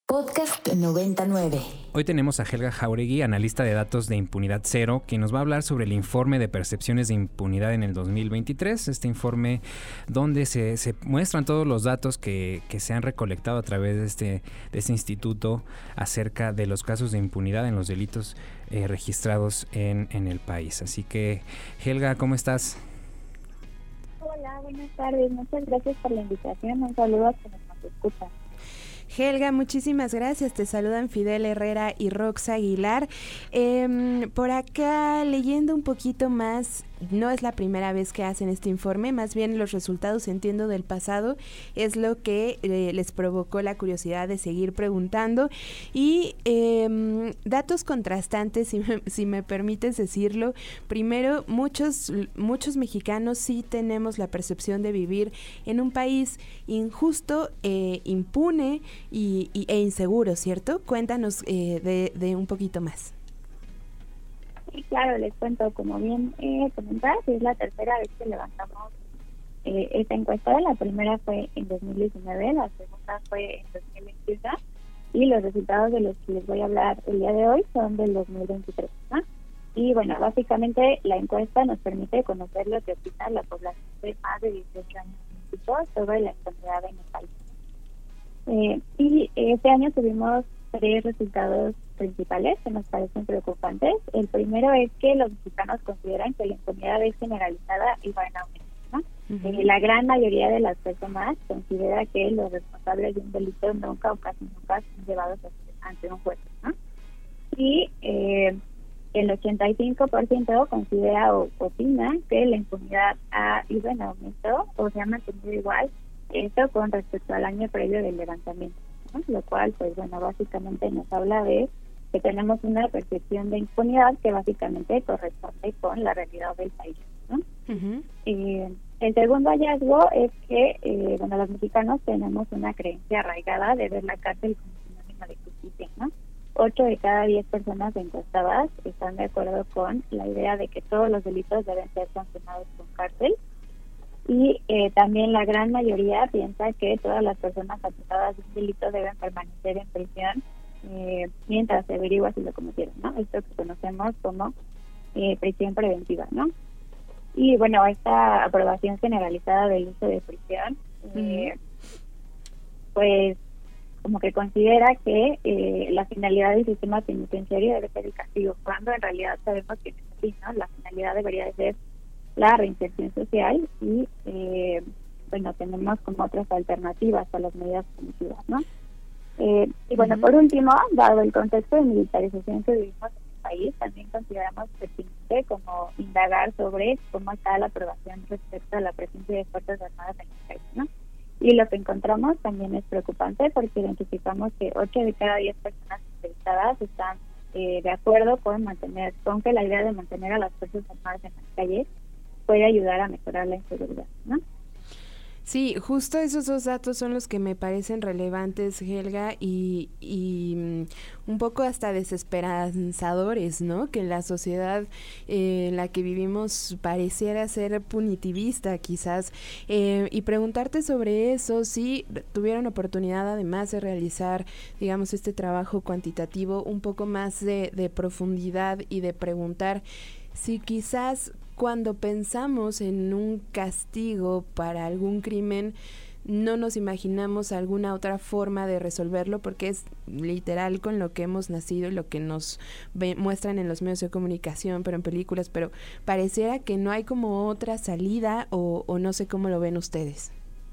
Podcast 99. Hoy tenemos a Helga Jauregui, analista de datos de Impunidad Cero, quien nos va a hablar sobre el informe de percepciones de impunidad en el 2023. Este informe donde se muestran todos los datos que se han recolectado a través de este instituto acerca de los casos de impunidad en los delitos registrados en el país. Así que, Helga, ¿cómo estás? Hola, buenas tardes. Muchas gracias por la invitación. Un saludo a quienes nos escuchan. Helga, muchísimas gracias. Te saludan Fidel Herrera y Roxa Aguilar. Por acá, leyendo un poquito más, no es la primera vez que hacen este informe, más bien los resultados, entiendo, del pasado, es lo que les provocó la curiosidad de seguir preguntando. Y datos contrastantes, si me permites decirlo. Primero, muchos mexicanos sí tenemos la percepción de vivir en un país injusto, impune e inseguro, ¿cierto? Cuéntanos de un poquito más. Sí, claro, les cuento, como bien comentas, es la tercera vez que levantamos esta encuesta. La primera fue en 2019, la segunda fue en 2021 y los resultados de los que les voy a hablar el día de hoy son del 2023, ¿no? Y bueno, básicamente la encuesta nos permite conocer lo que opina la población de más de 18 años en México sobre la impunidad en el país. Y este año tuvimos tres resultados principales que nos parecen preocupantes. El primero es que los mexicanos consideran que la impunidad es generalizada y va en aumento, ¿no? Uh-huh. La gran mayoría de las personas considera que los responsables de un delito nunca o casi nunca son llevados ante un juez, ¿no? Y el 85% considera o opina que la impunidad ha ido en aumento o se ha mantenido igual, esto con respecto al año previo del levantamiento, ¿no? Lo cual, pues bueno, básicamente nos habla de que tenemos una percepción de impunidad que básicamente corresponde con la realidad del país, ¿no? Uh-huh. El segundo hallazgo es que, los mexicanos tenemos una creencia arraigada de ver la cárcel como sinónimo de justicia, ¿no? 8 de cada 10 personas encuestadas están de acuerdo con la idea de que todos los delitos deben ser sancionados con cárcel. Y también la gran mayoría piensa que todas las personas acusadas de un delito deben permanecer en prisión mientras se averigua si lo cometieron, ¿no? Esto que conocemos como prisión preventiva, ¿no? Y bueno, esta aprobación generalizada del uso de prisión, pues como que considera que la finalidad del sistema penitenciario debe ser el castigo, cuando en realidad sabemos que no es así, ¿no? La finalidad debería de ser la reinserción social y tenemos como otras alternativas a las medidas punitivas, ¿no? Y bueno, por último, dado el contexto de militarización que vivimos en el país, también consideramos pertinente como indagar sobre cómo está la aprobación respecto a la presencia de Fuerzas Armadas en el país, ¿no? Y lo que encontramos también es preocupante porque identificamos que 8 de cada 10 personas entrevistadas están de acuerdo con que la idea de mantener a las Fuerzas Armadas en las calles puede ayudar a mejorar la inseguridad, ¿no? Sí, justo esos dos datos son los que me parecen relevantes, Helga, y un poco hasta desesperanzadores, ¿no? Que la sociedad en la que vivimos pareciera ser punitivista, quizás. Y preguntarte sobre eso, si tuvieron oportunidad, además de realizar, digamos, este trabajo cuantitativo, un poco más de profundidad y de preguntar si quizás cuando pensamos en un castigo para algún crimen, no nos imaginamos alguna otra forma de resolverlo, porque es literal con lo que hemos nacido y lo que nos muestran en los medios de comunicación, pero en películas, pero pareciera que no hay como otra salida o no sé cómo lo ven ustedes.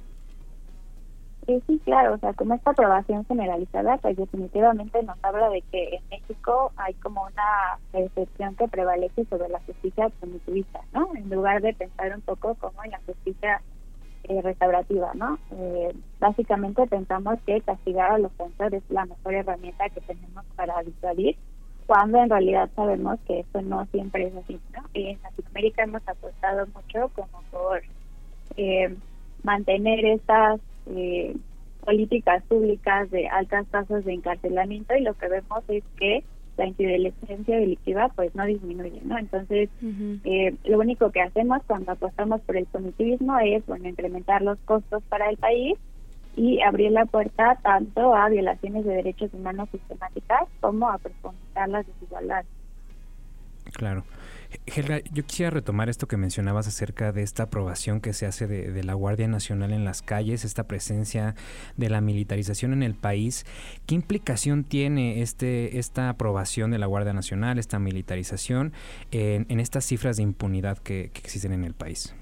Sí, claro, o sea, como esta aprobación generalizada, pues definitivamente nos habla de que en México hay como una percepción que prevalece sobre la justicia punitivista, ¿no? En lugar de pensar un poco como en la justicia restaurativa, ¿no? Básicamente pensamos que castigar a los ofensores es la mejor herramienta que tenemos para disuadir, cuando en realidad sabemos que esto no siempre es así, ¿no? En Latinoamérica hemos apostado mucho como por mantener estas políticas públicas de altas tasas de encarcelamiento, y lo que vemos es que la incidencia delictiva pues no disminuye, ¿no? Entonces, lo único que hacemos cuando apostamos por el punitivismo es, incrementar los costos para el país y abrir la puerta tanto a violaciones de derechos humanos sistemáticas como a profundizar las desigualdades. Claro. Helga, yo quisiera retomar esto que mencionabas acerca de esta aprobación que se hace de la Guardia Nacional en las calles, esta presencia de la militarización en el país. ¿Qué implicación tiene esta aprobación de la Guardia Nacional, esta militarización, en estas cifras de impunidad que existen en el país?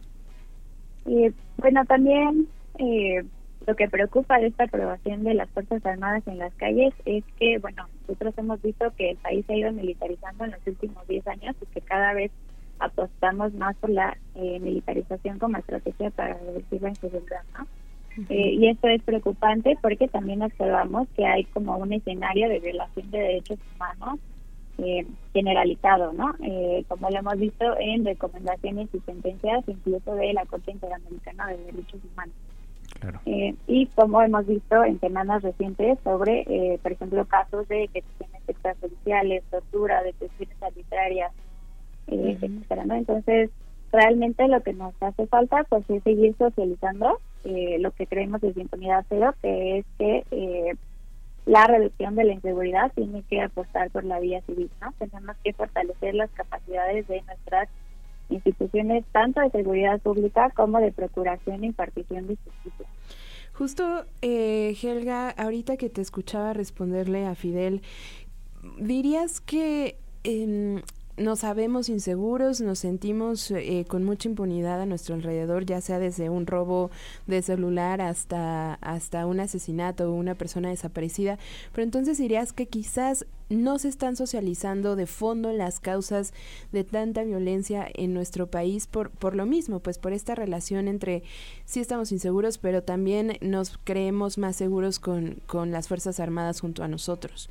Bueno, también lo que preocupa de esta aprobación de las Fuerzas Armadas en las calles es que, bueno, nosotros hemos visto que el país se ha ido militarizando en los últimos 10 años y que cada vez apostamos más por la militarización como estrategia para reducir la inseguridad, ¿no? Y esto es preocupante porque también observamos que hay como un escenario de violación de derechos humanos generalizado, ¿no? Como lo hemos visto en recomendaciones y sentencias incluso de la Corte Interamericana de Derechos Humanos. Claro. Y como hemos visto en semanas recientes sobre, por ejemplo, casos de ejecuciones extrajudiciales, tortura, detenciones arbitrarias, etcétera, ¿no? Entonces, realmente lo que nos hace falta pues es seguir socializando lo que creemos desde Impunidad Cero, que es que la reducción de la inseguridad tiene que apostar por la vía civil, ¿no? Tenemos que fortalecer las capacidades de nuestras instituciones, tanto de seguridad pública como de procuración e impartición de justicia. Justo, Helga, ahorita que te escuchaba responderle a Fidel, ¿dirías que nos sabemos inseguros, nos sentimos con mucha impunidad a nuestro alrededor, ya sea desde un robo de celular hasta un asesinato o una persona desaparecida? Pero entonces dirías que quizás no se están socializando de fondo las causas de tanta violencia en nuestro país por lo mismo, pues por esta relación entre sí estamos inseguros, pero también nos creemos más seguros con las Fuerzas Armadas junto a nosotros.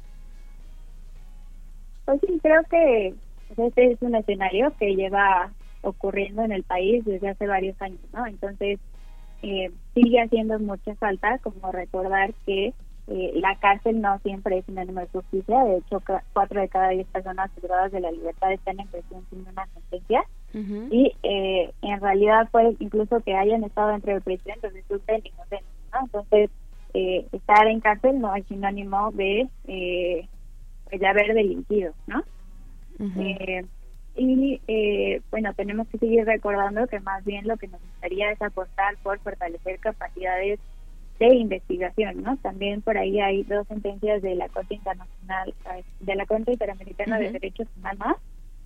Pues sí, creo que este es un escenario que lleva ocurriendo en el país desde hace varios años, ¿no? Entonces, sigue haciendo mucha falta como recordar que la cárcel no siempre es sinónimo de justicia. De hecho, 4 de cada 10 personas privadas de la libertad están en prisión sin una sentencia. Y en realidad puede incluso que hayan estado dentro de prisión, entonces resulten inocentes, ¿no? Entonces, estar en cárcel no es sinónimo de haber delinquido, ¿no? Bueno, tenemos que seguir recordando que más bien lo que nos gustaría es apostar por fortalecer capacidades de investigación, ¿no? También por ahí hay 2 sentencias de la Corte Internacional, de la Corte Interamericana de Derechos Humanos,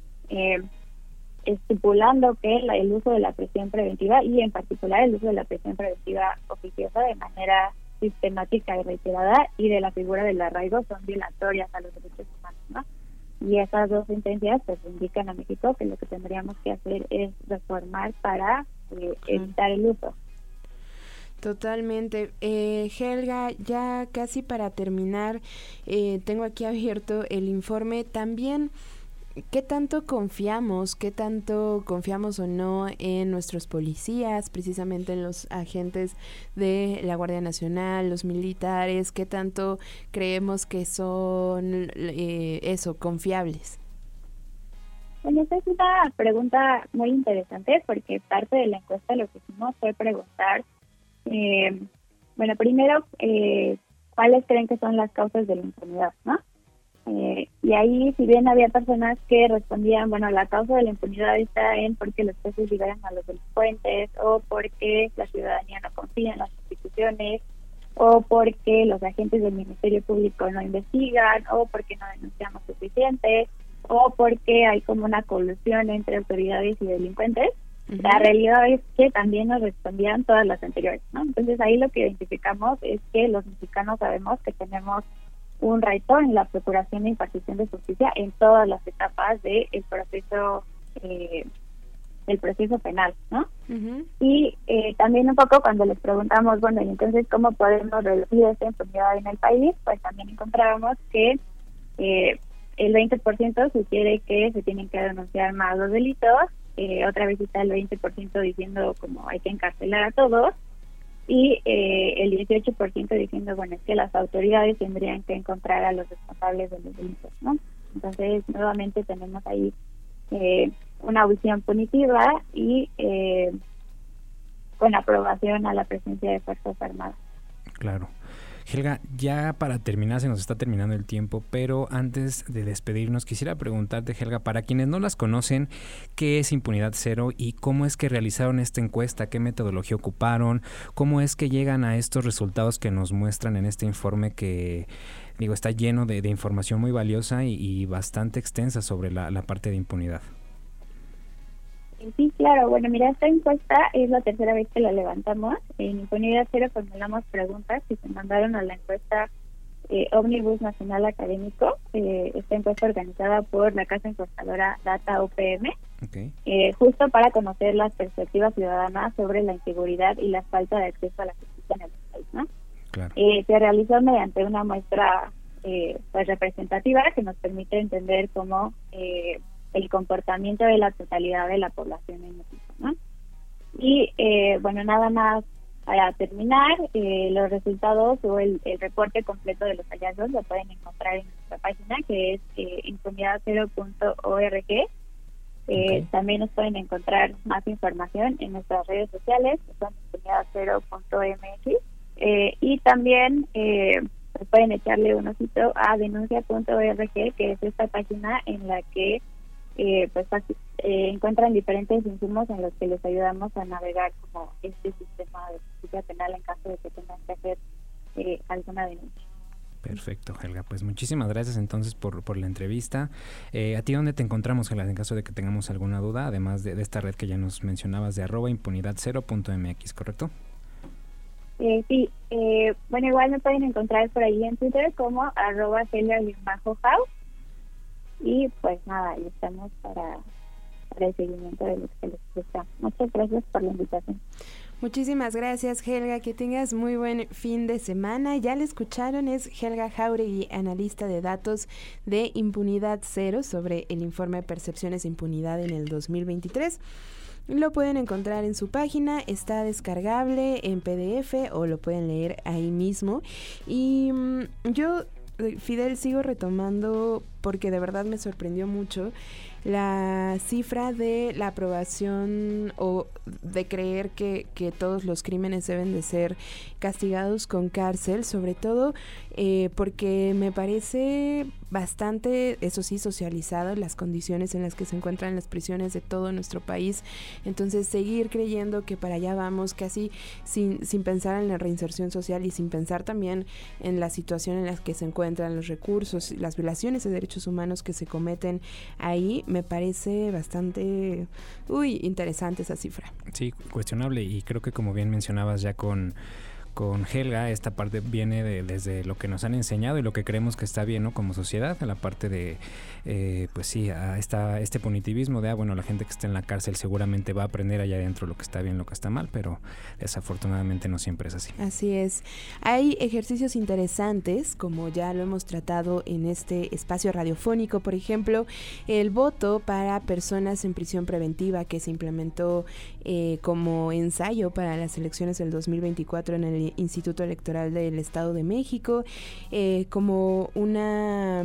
estipulando que el uso de la prisión preventiva y en particular el uso de la prisión preventiva oficiosa de manera sistemática y reiterada y de la figura del arraigo son violatorias a los derechos humanos, ¿no? Y esas 2 sentencias pues indican a México que lo que tendríamos que hacer es reformar para evitar el uso. Totalmente. Helga, ya casi para terminar, tengo aquí abierto el informe. También, ¿qué tanto confiamos o no en nuestros policías, precisamente en los agentes de la Guardia Nacional, los militares? ¿Qué tanto creemos que son confiables? Bueno, esta es una pregunta muy interesante porque parte de la encuesta lo que hicimos fue preguntar, bueno, primero, ¿cuáles creen que son las causas de la impunidad, no? Y ahí, si bien había personas que respondían, bueno, la causa de la impunidad está en porque los jueces liberan a los delincuentes, o porque la ciudadanía no confía en las instituciones, o porque los agentes del Ministerio Público no investigan, o porque no denunciamos suficiente, o porque hay como una colusión entre autoridades y delincuentes. La realidad es que también nos respondían todas las anteriores, ¿no? Entonces ahí lo que identificamos es que los mexicanos sabemos que tenemos un reto en la procuración e impartición de justicia en todas las etapas del proceso penal, ¿no? Y también un poco cuando les preguntamos, bueno, entonces ¿cómo podemos reducir esta impunidad en el país? Pues también encontrábamos que el 20% sugiere que se tienen que denunciar más los delitos, otra vez está el 20% diciendo como hay que encarcelar a todos, y el 18% diciendo, bueno, es que las autoridades tendrían que encontrar a los responsables de los delitos, ¿no? Entonces, nuevamente tenemos ahí una visión punitiva y con aprobación a la presencia de Fuerzas Armadas. Claro. Helga, ya para terminar, se nos está terminando el tiempo, pero antes de despedirnos quisiera preguntarte, Helga, para quienes no las conocen, ¿qué es Impunidad Cero y cómo es que realizaron esta encuesta? ¿Qué metodología ocuparon? ¿Cómo es que llegan a estos resultados que nos muestran en este informe que, digo, está lleno de información muy valiosa y bastante extensa sobre la parte de impunidad? Sí, claro. Bueno, mira, esta encuesta es la tercera vez que la levantamos. En Impunidad Cero formulamos preguntas que se mandaron a la encuesta Omnibus Nacional Académico, esta encuesta organizada por la casa encuestadora Data UPM, justo para conocer las perspectivas ciudadanas sobre la inseguridad y la falta de acceso a la justicia en el país, ¿no? Claro. Se realizó mediante una muestra pues representativa que nos permite entender cómo el comportamiento de la totalidad de la población en México, ¿no? Y bueno, nada más para terminar, los resultados o el reporte completo de los hallazgos lo pueden encontrar en nuestra página, que es impunidad0.org. También nos pueden encontrar más información en nuestras redes sociales, que son impunidad0.mx, y también pues pueden echarle un ojito a denuncia.org, que es esta página en la que encuentran diferentes insumos en los que les ayudamos a navegar como este sistema de justicia penal en caso de que tengan que hacer alguna denuncia. Perfecto, Helga. Pues muchísimas gracias entonces por la entrevista. ¿A ti dónde te encontramos, Helga, en caso de que tengamos alguna duda, además de esta red que ya nos mencionabas de @impunidad0.mx, ¿correcto? Sí, bueno, igual me pueden encontrar por ahí en Twitter como @Helga_House. Y pues nada, ahí estamos para el seguimiento de los que les gusta. Muchas gracias por la invitación. Muchísimas gracias, Helga, que tengas muy buen fin de semana. Ya le escucharon, es Helga Jáuregui, analista de datos de Impunidad Cero sobre el informe de percepciones de impunidad en el 2023. Lo pueden encontrar en su página, está descargable en PDF o lo pueden leer ahí mismo. Y yo, Fidel, sigo retomando porque de verdad me sorprendió mucho la cifra de la aprobación o de creer que todos los crímenes deben de ser castigados con cárcel, sobre todo porque me parece bastante, eso sí, socializado las condiciones en las que se encuentran las prisiones de todo nuestro país. Entonces seguir creyendo que para allá vamos casi sin pensar en la reinserción social y sin pensar también en la situación en la que se encuentran los recursos, las violaciones de derechos humanos que se cometen ahí, me parece bastante interesante esa cifra. Sí, cuestionable, y creo que como bien mencionabas ya con Helga, esta parte viene desde lo que nos han enseñado y lo que creemos que está bien, ¿no? Como sociedad, en la parte de, pues sí, a este punitivismo de, bueno, la gente que está en la cárcel seguramente va a aprender allá adentro lo que está bien, lo que está mal, pero desafortunadamente no siempre es así. Así es. Hay ejercicios interesantes, como ya lo hemos tratado en este espacio radiofónico, por ejemplo, el voto para personas en prisión preventiva que se implementó como ensayo para las elecciones del 2024 en el Instituto Electoral del Estado de México, como una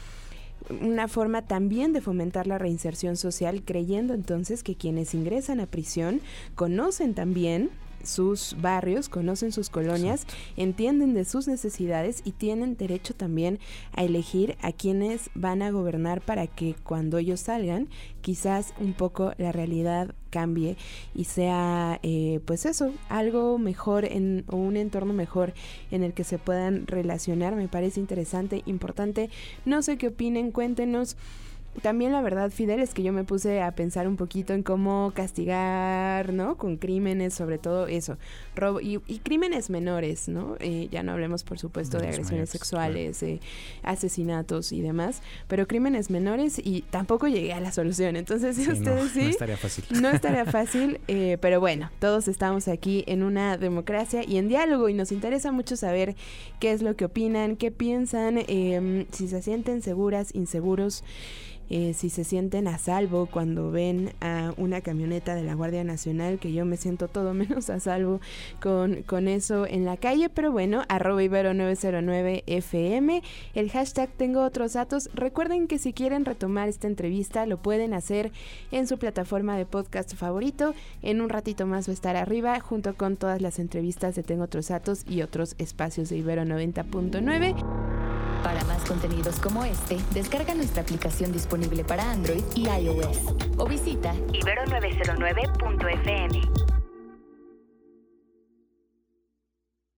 forma también de fomentar la reinserción social, creyendo entonces que quienes ingresan a prisión conocen también sus barrios, conocen sus colonias, exacto, entienden de sus necesidades y tienen derecho también a elegir a quienes van a gobernar para que cuando ellos salgan, quizás un poco la realidad cambie y sea, pues eso, algo mejor o un entorno mejor en el que se puedan relacionar. Me parece interesante, importante. No sé qué opinen, cuéntenos. También la verdad, Fidel, es que yo me puse a pensar un poquito en cómo castigar, ¿no? Con crímenes, sobre todo eso, robo y crímenes menores, ¿no? Ya no hablemos, por supuesto, de agresiones sexuales, claro, asesinatos y demás, pero crímenes menores, y tampoco llegué a la solución. Entonces, sí, ustedes sí. No estaría fácil. No estaría fácil, pero bueno, todos estamos aquí en una democracia y en diálogo y nos interesa mucho saber qué es lo que opinan, qué piensan, si se sienten seguras, inseguros. si se sienten a salvo cuando ven a una camioneta de la Guardia Nacional, que yo me siento todo menos a salvo con eso en la calle, pero bueno, @ibero909fm, el hashtag tengo otros datos. Recuerden que si quieren retomar esta entrevista lo pueden hacer en su plataforma de podcast favorito. En un ratito más va a estar arriba junto con todas las entrevistas de Tengo Otros Datos y otros espacios de Ibero 90.9. Para más contenidos como este, descarga nuestra aplicación disponible para Android y iOS o visita ibero909.fm.